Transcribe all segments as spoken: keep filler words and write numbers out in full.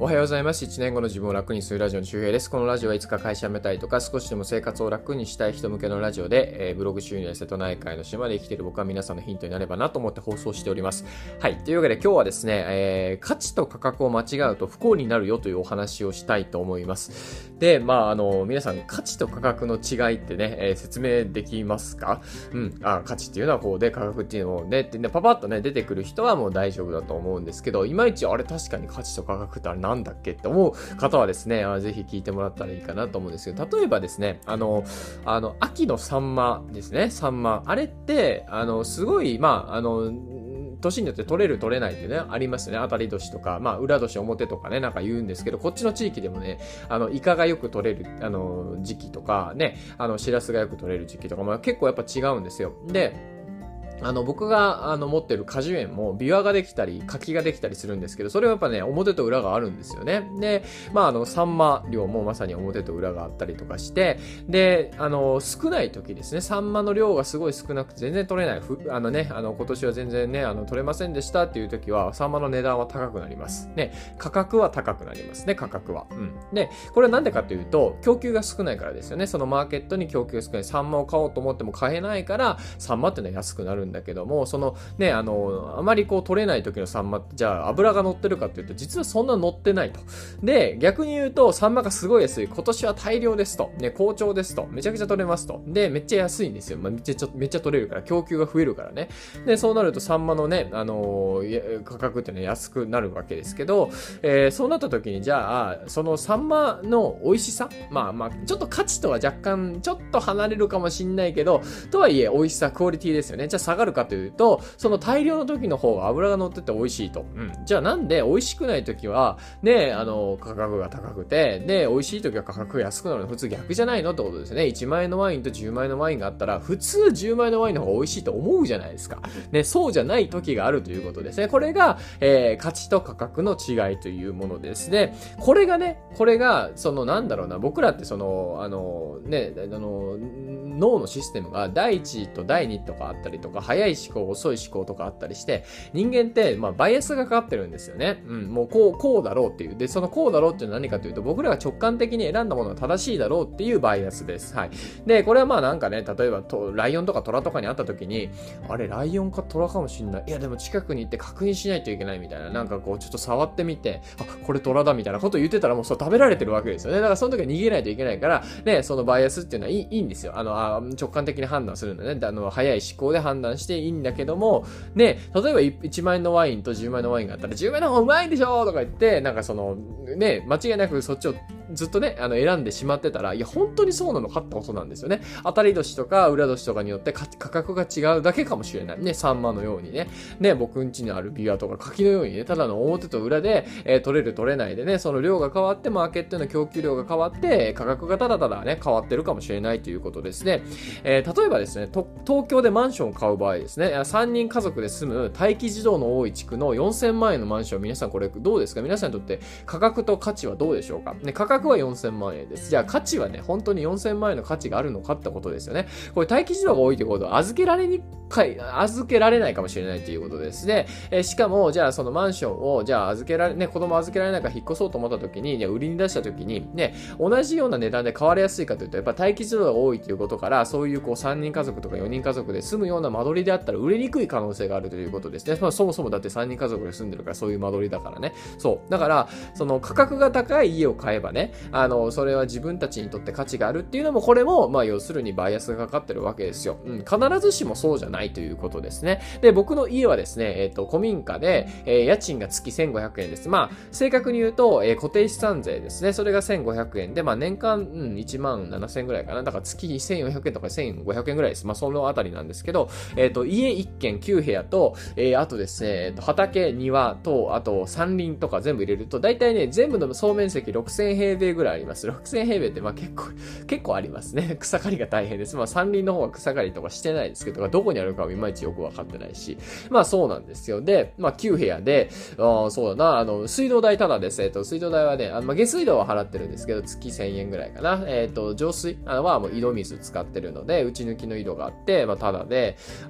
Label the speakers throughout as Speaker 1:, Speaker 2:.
Speaker 1: おはようございます。いちねんごの自分を楽にするラジオの周平です。このラジオはいつか会社辞めたいとか少しでも生活を楽にしたい人向けのラジオで、えー、ブログ収入や瀬戸内海の島で生きている僕は皆さんのヒントになればなと思って放送しております。はい。というわけで今日はですね、えー、価値と価格を間違うと不幸になるよというお話をしたいと思います。で、まあ、あの、皆さん価値と価格の違いってね、えー、説明できますか？うん。あ、価値っていうのはこうで、価格っていうのをね、ってね、パパッとね、出てくる人はもう大丈夫だと思うんですけど、いまいちあれ確かに価値と価格ってあれなんだっけって思う方はですね、あぜひ聞いてもらったらいいかなと思うんですけど、例えばですね、あの、あの、秋のサンマですね、サンマ。あれって、あの、すごい、まあ、あの、年によって取れる取れないってね、ありますよね。当たり年とか、まあ、裏年表とかね、なんか言うんですけど、こっちの地域でもね、あの、イカがよく取れる、あの、時期とか、ね、あの、シラスがよく取れる時期とか、まあ、結構やっぱ違うんですよ。で、あの、僕が、あの、持ってる果樹園も、ビワができたり、柿ができたりするんですけど、それはやっぱね、表と裏があるんですよね。で、まあ、あの、サンマ量もまさに表と裏があったりとかして、で、あの、少ない時ですね、サンマの量がすごい少なくて全然取れない。ふあのね、あの、今年は全然ね、あの、取れませんでしたっていう時は、サンマの値段は高くなります。ね、価格は高くなりますね、価格は。うん。で、これはなんでかというと、供給が少ないからですよね。そのマーケットに供給が少ない。サンマを買おうと思っても買えないから、サンマってのは安くなるんだけども、そのね、あの、あまりこう取れない時のサンマって、じゃあ油が乗ってるかっていうと、実はそんな乗ってないと。で、逆に言うと、サンマがすごい安い。今年は大量ですと。ね、好調ですと。めちゃくちゃ取れますと。で、めっちゃ安いんですよ。まあ、めっちゃ、めっちゃ取れるから、供給が増えるからね。で、そうなるとサンマのね、あのー、価格ってね、安くなるわけですけど、えー、そうなった時に、じゃあ、そのサンマの美味しさ、まあまあ、ちょっと価値とは若干、ちょっと離れるかもしんないけど、とはいえ、美味しさ、クオリティですよね。じゃあ下がるかというと、その大量の時の方が油が乗ってて美味しいと。うん。じゃあなんで美味しくない時は、ね、あの、価格が高くて、で、美味しい時は価格が安くなるの普通逆じゃないのってことですね。いちまん円のワインとじゅうまん円のワインがあったら、普通じゅうまん円のワインの方が美味しいと思うじゃないですか。ね、そうじゃない時があるということですね。これが、えー、価値と価格の違いというものですね。これがね、これが、そのなんだろうな、僕らってその、あの、ね、あの、脳のシステムがだいいちとだいにとかあったりとか、早い思考、遅い思考とかあったりして、人間って、まあ、バイアスがかかってるんですよね。うん、もうこう、こうだろうっていう。で、そのこうだろうっていうのは何かというと、僕らが直感的に選んだものが正しいだろうっていうバイアスです。はい。で、これはまあなんかね、例えばと、ライオンとかトラとかに会った時に、あれ、ライオンかトラかもしんない。いや、でも近くに行って確認しないといけないみたいな。なんかこう、ちょっと触ってみて、あ、これトラだみたいなことを言ってたらもうそう食べられてるわけですよね。だからその時は逃げないといけないから、ね、そのバイアスっていうのはいい、いいんですよ。あの、あ直感的に判断するんだね。あの、早い思考で判断していいんだけども、ね、例えばいちまん円のワインとじゅうまん円のワインがあったら、じゅうまん円の方がうまいでしょとか言って、なんかその、ね、間違いなくそっちをずっとね、あの、選んでしまってたら、いや、本当にそうなのかってことなんですよね。当たり年とか裏年とかによって価格が違うだけかもしれない。ね、サンマのようにね。ね、僕ん家にあるビワとか柿のようにね、ただの表と裏で、えー、取れる取れないでね、その量が変わって、マーケットの供給量が変わって、価格がただただね、変わってるかもしれないということですね。えー、例えばですね、東京でマンションを買う場合ですね、さんにん家族で住む待機児童の多い地区のよんせんまん円のマンション、皆さんこれどうですか？皆さんにとって価格と価値はどうでしょうか？ね、価格はよんせんまん円です。じゃあ価値はね、本当によんせんまん円の価値があるのかってことですよね。これ待機児童が多いということは預けられにかい、預けられないかもしれないということですね。えー、しかも、じゃあそのマンションを、じゃあ預けられ、ね、子供預けられないから引っ越そうと思った時に、じゃあ売りに出した時に、ね、同じような値段で買われやすいかというと、やっぱ待機児童が多いということから、そういうこうさんにん家族とかよにん家族で住むような間取りであったら売れにくい可能性があるということですね。まあそもそもだってさんにん家族で住んでるからそういう間取りだからね。そう。だから、その価格が高い家を買えばね、あの、それは自分たちにとって価値があるっていうのも、これも、まあ要するにバイアスがかかってるわけですよ。うん。必ずしもそうじゃないということですね。で、僕の家はですね、えっと、古民家で、えー、家賃が月せんごひゃくえんです。まあ、正確に言うと、えー、固定資産税ですね。それがせんごひゃくえんで、まあ年間、うん、いちまんななせんえんぐらいかな。だから月せんよんひゃくえんとかせんごひゃくえんぐらいです。まあそのあたりなんですけど、えっと、家いっけんきゅうへやと、えー、あとですね、えっと、畑、庭と、あと山林とか全部入れると、だいたいね、全部の総面積ろくせんへいべいぐらいあります。ろくせんへいべいってまあ結構、結構ありますね。草刈りが大変です。まあ山林の方は草刈りとかしてないですけど、どこにあるかはいまいちよくわかってないし。まあそうなんですよ。で、まあきゅうへやで、あそうだな、あの、水道代ただです。えっと、水道代はね、あのまあ、下水道は払ってるんですけど、月せんえんぐらいかな。えっと、浄水はもう井戸水使ってるので、内抜きの井戸があって、まあただで、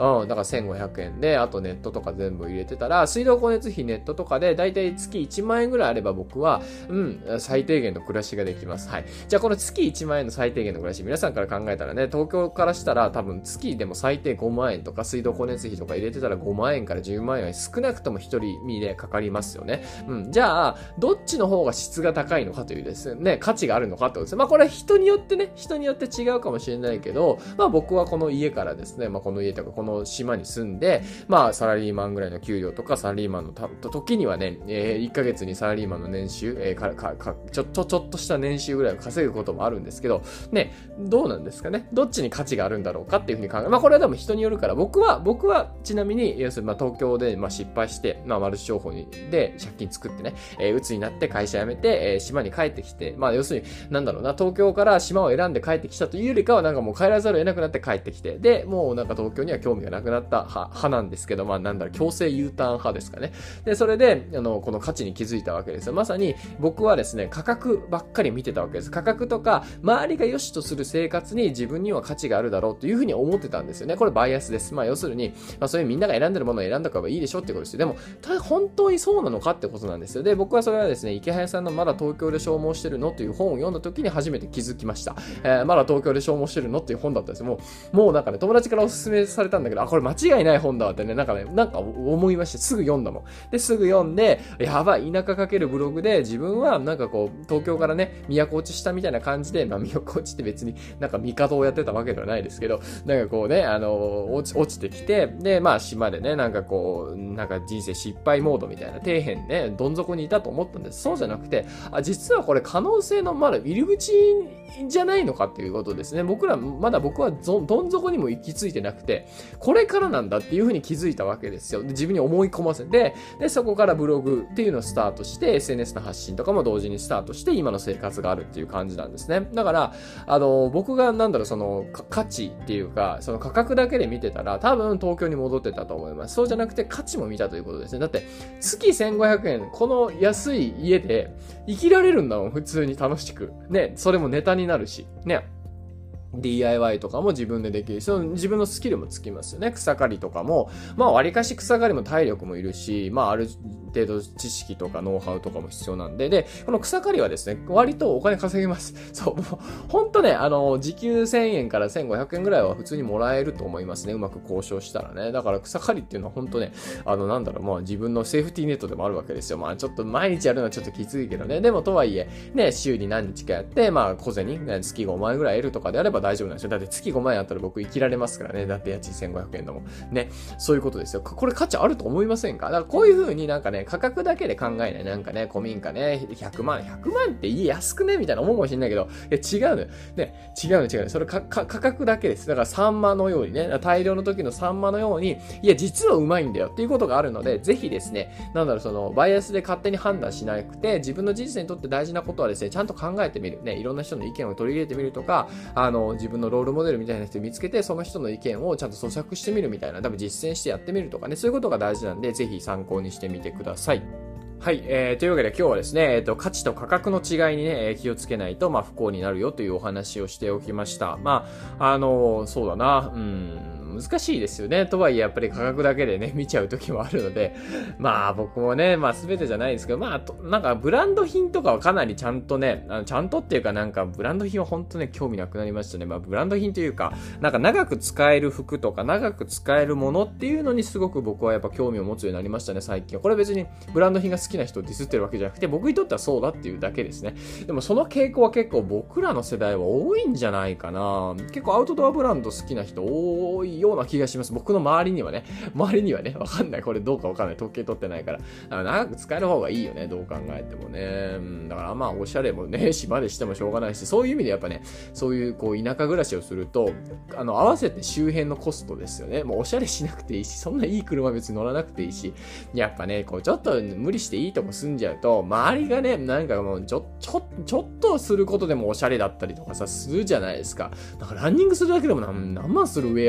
Speaker 1: うん、だからせんごひゃくえんで、あとネットとか全部入れてたら、水道光熱費ネットとかでだいたい月いちまんえんぐらいあれば僕は、うん、最低限の暮らしができます。はい。じゃあこの月いちまんえんの最低限の暮らし、皆さんから考えたらね、東京からしたら多分月でも最低ごまんえんとか、水道光熱費とか入れてたらごまんえんからじゅうまんえんは少なくとも一人身でかかりますよね。うん。じゃあ、どっちの方が質が高いのかというですね、価値があるのかってことですね。まあこれは人によってね、人によって違うかもしれないけど、まあ僕はこの家からですね、まあこの家とかこの島に住んで、まあサラリーマンぐらいの給料とかサラリーマンのた時にはね、えー、いっかげつにサラリーマンの年収、えー、かかかちょっとちょっとした年収ぐらいを稼ぐこともあるんですけど、ね、どうなんですかね。どっちに価値があるんだろうかっていうふうに考え、まあこれはでも人によるから、僕は僕はちなみに要するにまあ東京でまあ失敗して、まあマルチ商法にで借金作ってね、えー、鬱になって会社辞めて、えー、島に帰ってきて、まあ要するになんだろうな、東京から島を選んで帰ってきたというよりかはなんかもう帰らざるを得なくなって帰ってきて、でもうなんか東京には興味がなくなった派なんですけど、まあなんだろう、強制 U ターン派ですかね。でそれであのこの価値に気づいたわけですよ。まさに僕はですね、価格ばっかり見てたわけです。価格とか周りが良しとする生活に自分には価値があるだろうというふうに思ってたんですよね。これバイアスです。まあ要するに、まあそういうみんなが選んでるものを選んだ方がいいでしょってことですよ。でも本当にそうなのかってことなんですよ。で僕はそれはですね、池早さんのまだ東京で消耗してるのという本を読んだ時に初めて気づきました。えー、まだ東京で消耗してるのっていう本だったんですよ。もうもうなんかね、友達からおすすめされたんだけど、あこれ間違いない本だわってね、なんかね、なんか思いまして、すぐ読んだもん。ですぐ読んで、やばい、田舎かけるブログで自分はなんかこう東京からね、都落ちしたみたいな感じで、まあ都落ちって別になんか帝をやってたわけではないですけど、なんかこうね、あの落ち落ちてきて、でまあ島でね、なんかこうなんか人生失敗モードみたいな底辺ね、どん底にいたと思ったんです。そうじゃなくて、あ実はこれ可能性のまだ入り口じゃないのかっていうことですね。僕らまだ僕はどん底にも行き着いてなくて、これからなんだっていうふうに気づいたわけですよ。で自分に思い込ませて、でそこからブログっていうのをスタートして、 エスエヌエス の発信とかも同時にスタートして今の生活があるっていう感じなんですね。だからあの僕がなんだろう、その価値っていうかその価格だけで見てたら多分東京に戻ってたと思います。そうじゃなくて価値も見たということですね。だって月せんごひゃくえん、この安い家で生きられるんだもん、普通に楽しくね。それもネタになるしね、ディーアイワイ とかも自分でできるし、その自分のスキルもつきますよね。草刈りとかも、まあ割かし草刈りも体力もいるし、まあある程度知識とかノウハウとかも必要なんで、で、この草刈りはですね、割とお金稼げます。そう、もうほんとね、あの、時給せんえんからせんごひゃくえんぐらいは普通にもらえると思いますね。うまく交渉したらね。だから草刈りっていうのはほんとね、あのなんだろう、まあ自分のセーフティーネットでもあるわけですよ。まあちょっと毎日やるのはちょっときついけどね。でもとはいえ、ね、週に何日かやって、まあ小銭、ね、月ごまんえんぐらい得るとかであれば大丈夫なんですよ。だって月ごまんえんあったら僕生きられますからね。だって家賃せんごひゃくえんだもん。ね。そういうことですよ。これ価値あると思いませんか？だからこういう風になんかね、価格だけで考えない。なんかね、古民家ね、ひゃくまん、ひゃくまんって家安くねみたいな思うかもしれないけど、いや違うのよ。ね、違うの違うの。それか、か、価格だけです。だからサンマのようにね、大量の時のサンマのように、いや、実はうまいんだよっていうことがあるので、ぜひですね、なんだろう、その、バイアスで勝手に判断しなくて、自分の人生にとって大事なことはですね、ちゃんと考えてみる。ね、いろんな人の意見を取り入れてみるとか、あの、自分のロールモデルみたいな人を見つけて、その人の意見をちゃんと咀嚼してみるみたいな、多分実践してやってみるとかね、そういうことが大事なんで、ぜひ参考にしてみてください。はい、えー、というわけで今日はですね、えっと、価値と価格の違いにね、気をつけないと、まあ、不幸になるよというお話をしておきました。まあ、あの、そうだな、うん、難しいですよね。とはいえ、やっぱり価格だけでね、見ちゃう時もあるので、まあ、僕もね、まあ、すべてじゃないですけど、まあ、となんか、ブランド品とかはかなりちゃんとね、あのちゃんとっていうか、なんか、ブランド品は本当ね、興味なくなりましたね。まあ、ブランド品というか、なんか、長く使える服とか、長く使えるものっていうのにすごく僕はやっぱ興味を持つようになりましたね、最近は。これ別に、ブランド品が好きな人をディスってるわけじゃなくて、僕にとってはそうだっていうだけですね。でも、その傾向は結構僕らの世代は多いんじゃないかな。結構アウトドアブランド好きな人多いような気がします。僕の周りにはね、周りにはね、わかんない。これどうかわかんない。統計取ってないから。だから長く使える方がいいよね。どう考えてもね。うん、だからまあ、おしゃれもね、島でしてもしょうがないし、そういう意味でやっぱね、そういうこう、田舎暮らしをすると、あの、合わせて周辺のコストですよね。もうおしゃれしなくていいし、そんないい車別に乗らなくていいし、やっぱね、こう、ちょっと無理していいとこ住んじゃうと、周りがね、なんかもう、ちょ、ちょ、ちょっとすることでもおしゃれだったりとかさ、するじゃないですか。だからランニングするだけでも何、何万するウェア買っ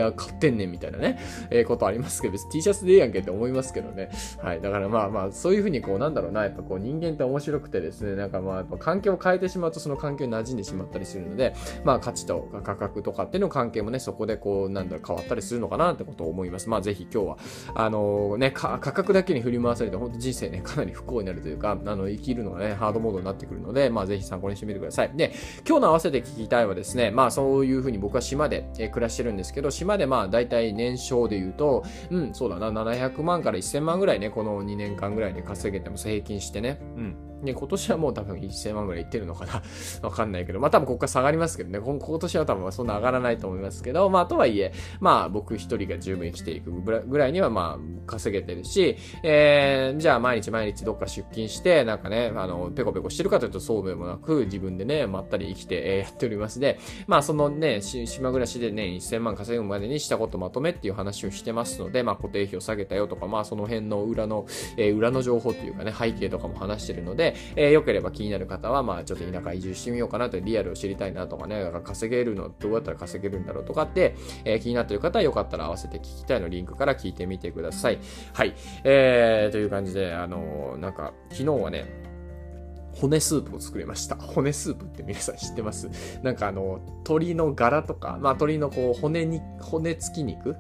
Speaker 1: ってんねんみたいなね、えー、ことありますけど、別に T シャツでいいやんけって思いますけどね。はい。だからまあまあ、そういうふうにこう、なんだろうな、やっぱこう人間って面白くてですね、なんかまあ、やっぱ環境を変えてしまうとその環境に馴染んでしまったりするので、まあ価値と価格とかっていうの関係もね、そこでこう、なんだろう、変わったりするのかなってことを思います。まあぜひ今日は、あのー、ね、価格だけに振り回されて、本当人生ね、かなり不幸になるというか、あの、生きるのがね、ハードモードになってくるので、まあぜひ参考にしてみてください。で、今日の合わせて聞きたいはですね、まあそういうふうに僕は島で、えー、暮らしてるんですけど、島でまあ大体年商で言うと、うん、そうだな、ななひゃくまんからせんまんぐらいね、このにねんかんぐらいで稼げてます、平均してね。うん。で、今年はもう多分せんまんぐらいいってるのかなわかんないけど、まあ多分ここから下がりますけどね、今年は多分そんな上がらないと思いますけど、まあとはいえ、まあ僕一人が十分生きていくぐらいにはまあ稼げてるし、えー、じゃあ毎日毎日どっか出勤して、なんかね、あの、ペコペコしてるかというとそうでもなく、自分でね、まったり生きて、えー、やっておりますで、まあそのね、島暮らしでね、せんまん稼ぐまでにしたことまとめっていう話をしてますので、まあ固定費を下げたよとか、まあその辺の裏の、えー、裏の情報っていうかね、背景とかも話してるので、えー、よければ気になる方は、まあちょっと田舎移住してみようかなと、リアルを知りたいなとかね、稼げるのどうやったら稼げるんだろうとかって、えー、気になっている方はよかったら合わせて聞きたいのリンクから聞いてみてください。はい。えー、という感じで、あのー、なんか昨日はね、骨スープを作りました。骨スープって皆さん知ってます？なんかあの、鶏の柄とか、まあ鶏のこう骨に、骨付き肉、うん、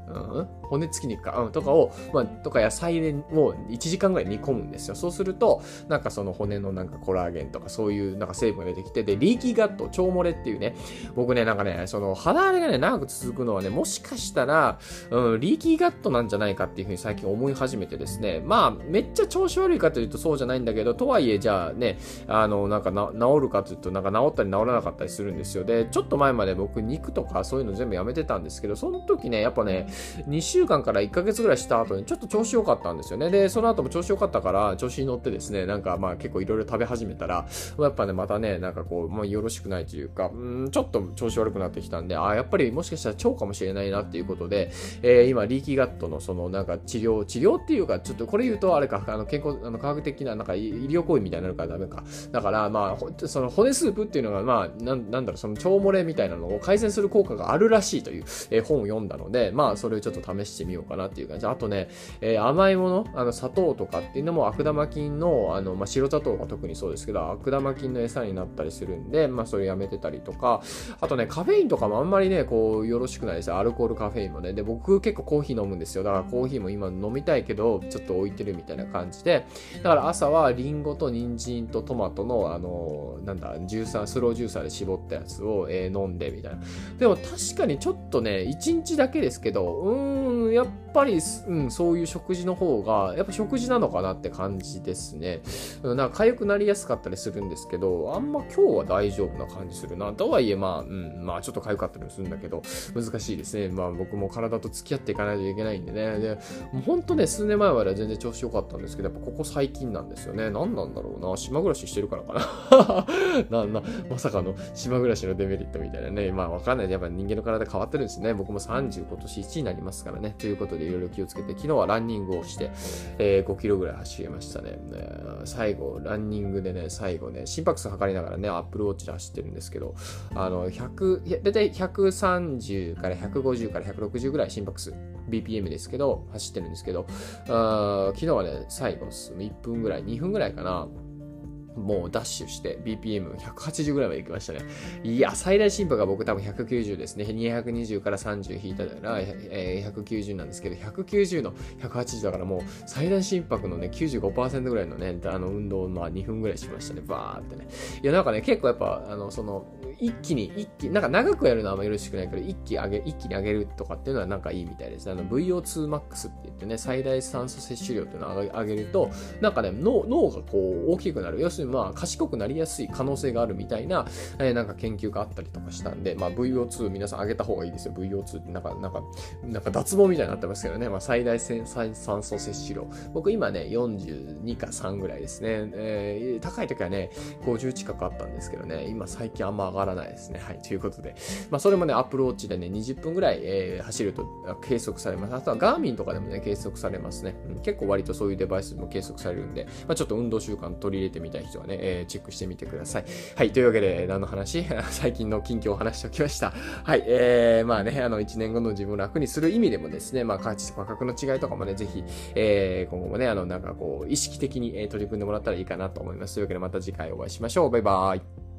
Speaker 1: 骨付き肉か、うん、とかを、まあ、とか野菜でもういちじかんぐらい煮込むんですよ。そうすると、なんかその骨のなんかコラーゲンとかそういうなんか成分が出てきて、で、リーキーガット、腸漏れっていうね、僕ね、なんかね、その肌荒れがね、長く続くのはね、もしかしたら、うん、リーキーガットなんじゃないかっていうふうに最近思い始めてですね、まあ、めっちゃ調子悪いかというとそうじゃないんだけど、とはいえ、じゃあね、あの、なんかな、治るかというと、なんか治ったり治らなかったりするんですよ。で、ちょっと前まで僕、肉とかそういうの全部やめてたんですけど、その時ね、やっぱね、にしゅうかんからいっかげつぐらいした後にちょっと調子良かったんですよね。で、その後も調子良かったから、調子に乗ってですね、なんかまあ結構いろいろ食べ始めたら、やっぱね、またね、なんかこう、まあよろしくないというか、うん、ちょっと調子悪くなってきたんで、あ、やっぱりもしかしたら腸かもしれないなっていうことで、えー、今、リーキーガットのそのなんか治療、治療っていうか、ちょっとこれ言うとあれか、あの健康、あの科学的ななんか医療行為みたいになるからダメか。だからまあ、その骨スープっていうのがまあ、なん、なんだろう、その腸漏れみたいなのを改善する効果があるらしいという、えー、本を読んだので、まあ、それをちょっと試してみようかなっていう感じ。あとね、えー、甘いもの、あの、砂糖とかっていうのも悪玉菌の、あの、まあ、白砂糖が特にそうですけど、悪玉菌の餌になったりするんで、まあ、それやめてたりとか、あとね、カフェインとかもあんまりね、こう、よろしくないですよ。アルコール、カフェインもね。で、僕結構コーヒー飲むんですよ。だからコーヒーも今飲みたいけど、ちょっと置いてるみたいな感じで、だから朝はリンゴと人参とトマトの、あの、なんだ、ジューサー、スロージューサーで絞ったやつを、えー、飲んでみたいな。でも確かにちょっとね、いちにちだけですけど、うーん、やっぱり、うん、そういう食事の方が、やっぱ食事なのかなって感じですね。なんか痒くなりやすかったりするんですけど、あんま今日は大丈夫な感じするな。とはいえ、まあ、うん、まあちょっと痒かったりもするんだけど、難しいですね。まあ僕も体と付き合っていかないといけないんでね。で、もうほんとね、数年前までは全然調子良かったんですけど、やっぱここ最近なんですよね。何なんだろうな。島暮らししてるからかな。な、な、まさかの島暮らしのデメリットみたいなね。まあわかんない。やっぱ人間の体変わってるんですね。僕もさんじゅう今年いちになりますからね。ということでいろいろ気をつけて、昨日はランニングをして、えー、ごキロぐらい走りましたね。ね、最後、ランニングでね、最後ね、心拍数測りながらね、アップルウォッチで走ってるんですけど、あの、ひゃく、だいたいひゃくさんじゅうからひゃくごじゅうからひゃくろくじゅうぐらい心拍数、ビーピーエム ですけど、走ってるんですけど、あ昨日はね、最後、いっぷんぐらい、にふんぐらいかな、もうダッシュして ビーピーエムひゃくはちじゅう ぐらいまで行きましたね。いや、最大心拍が僕多分ひゃくきゅうじゅうですね。にひゃくにじゅうからさんじゅう引いたら、えー、ひゃくきゅうじゅうなんですけど、ひゃくきゅうじゅうのひゃくはちじゅうだからもう最大心拍のね、きゅうじゅうごパーセント ぐらいのね、あの運動をまあにふんぐらいしましたね。バーってね。いや、なんかね、結構やっぱ、あの、その、一気に、一気、なんか長くやるのはあんまよろしくないけど、一気上げ、一気に上げるとかっていうのはなんかいいみたいです。あの、ブイオーツーマックス って言ってね、最大酸素摂取量っていうのを上げると、なんかね、脳、脳がこう大きくなる。要するにまあ、賢くなりやすい可能性があるみたいな、えー、なんか研究があったりとかしたんで、まあ ブイオーツー 皆さん上げた方がいいですよ。ブイオーツー ってなんか、なんか、なんか脱毛みたいになってますけどね。まあ最大酸素摂取量。僕今ね、よんじゅうにかさんぐらいですね。えー、高い時はね、ごじゅう近くあったんですけどね、今最近あんま上がらないですね。はい。ということで。まあそれもね、アップルウォッチでね、にじゅっぷんぐらい、えー、走ると計測されます。あとはガーミンとかでもね、計測されますね。うん、結構割とそういうデバイスも計測されるんで、まあちょっと運動習慣取り入れてみたい人はね、えー、チェックしてみてください。はい、というわけで、何の話最近の近況を話しておきました。はい、えー、まあね、あの、いちねんごの自分を楽にする意味でもですね、まあ、価値と価格の違いとかもね、ぜひ、えー、今後もね、あの、なんかこう、意識的に取り組んでもらったらいいかなと思います。というわけで、また次回お会いしましょう。バイバーイ。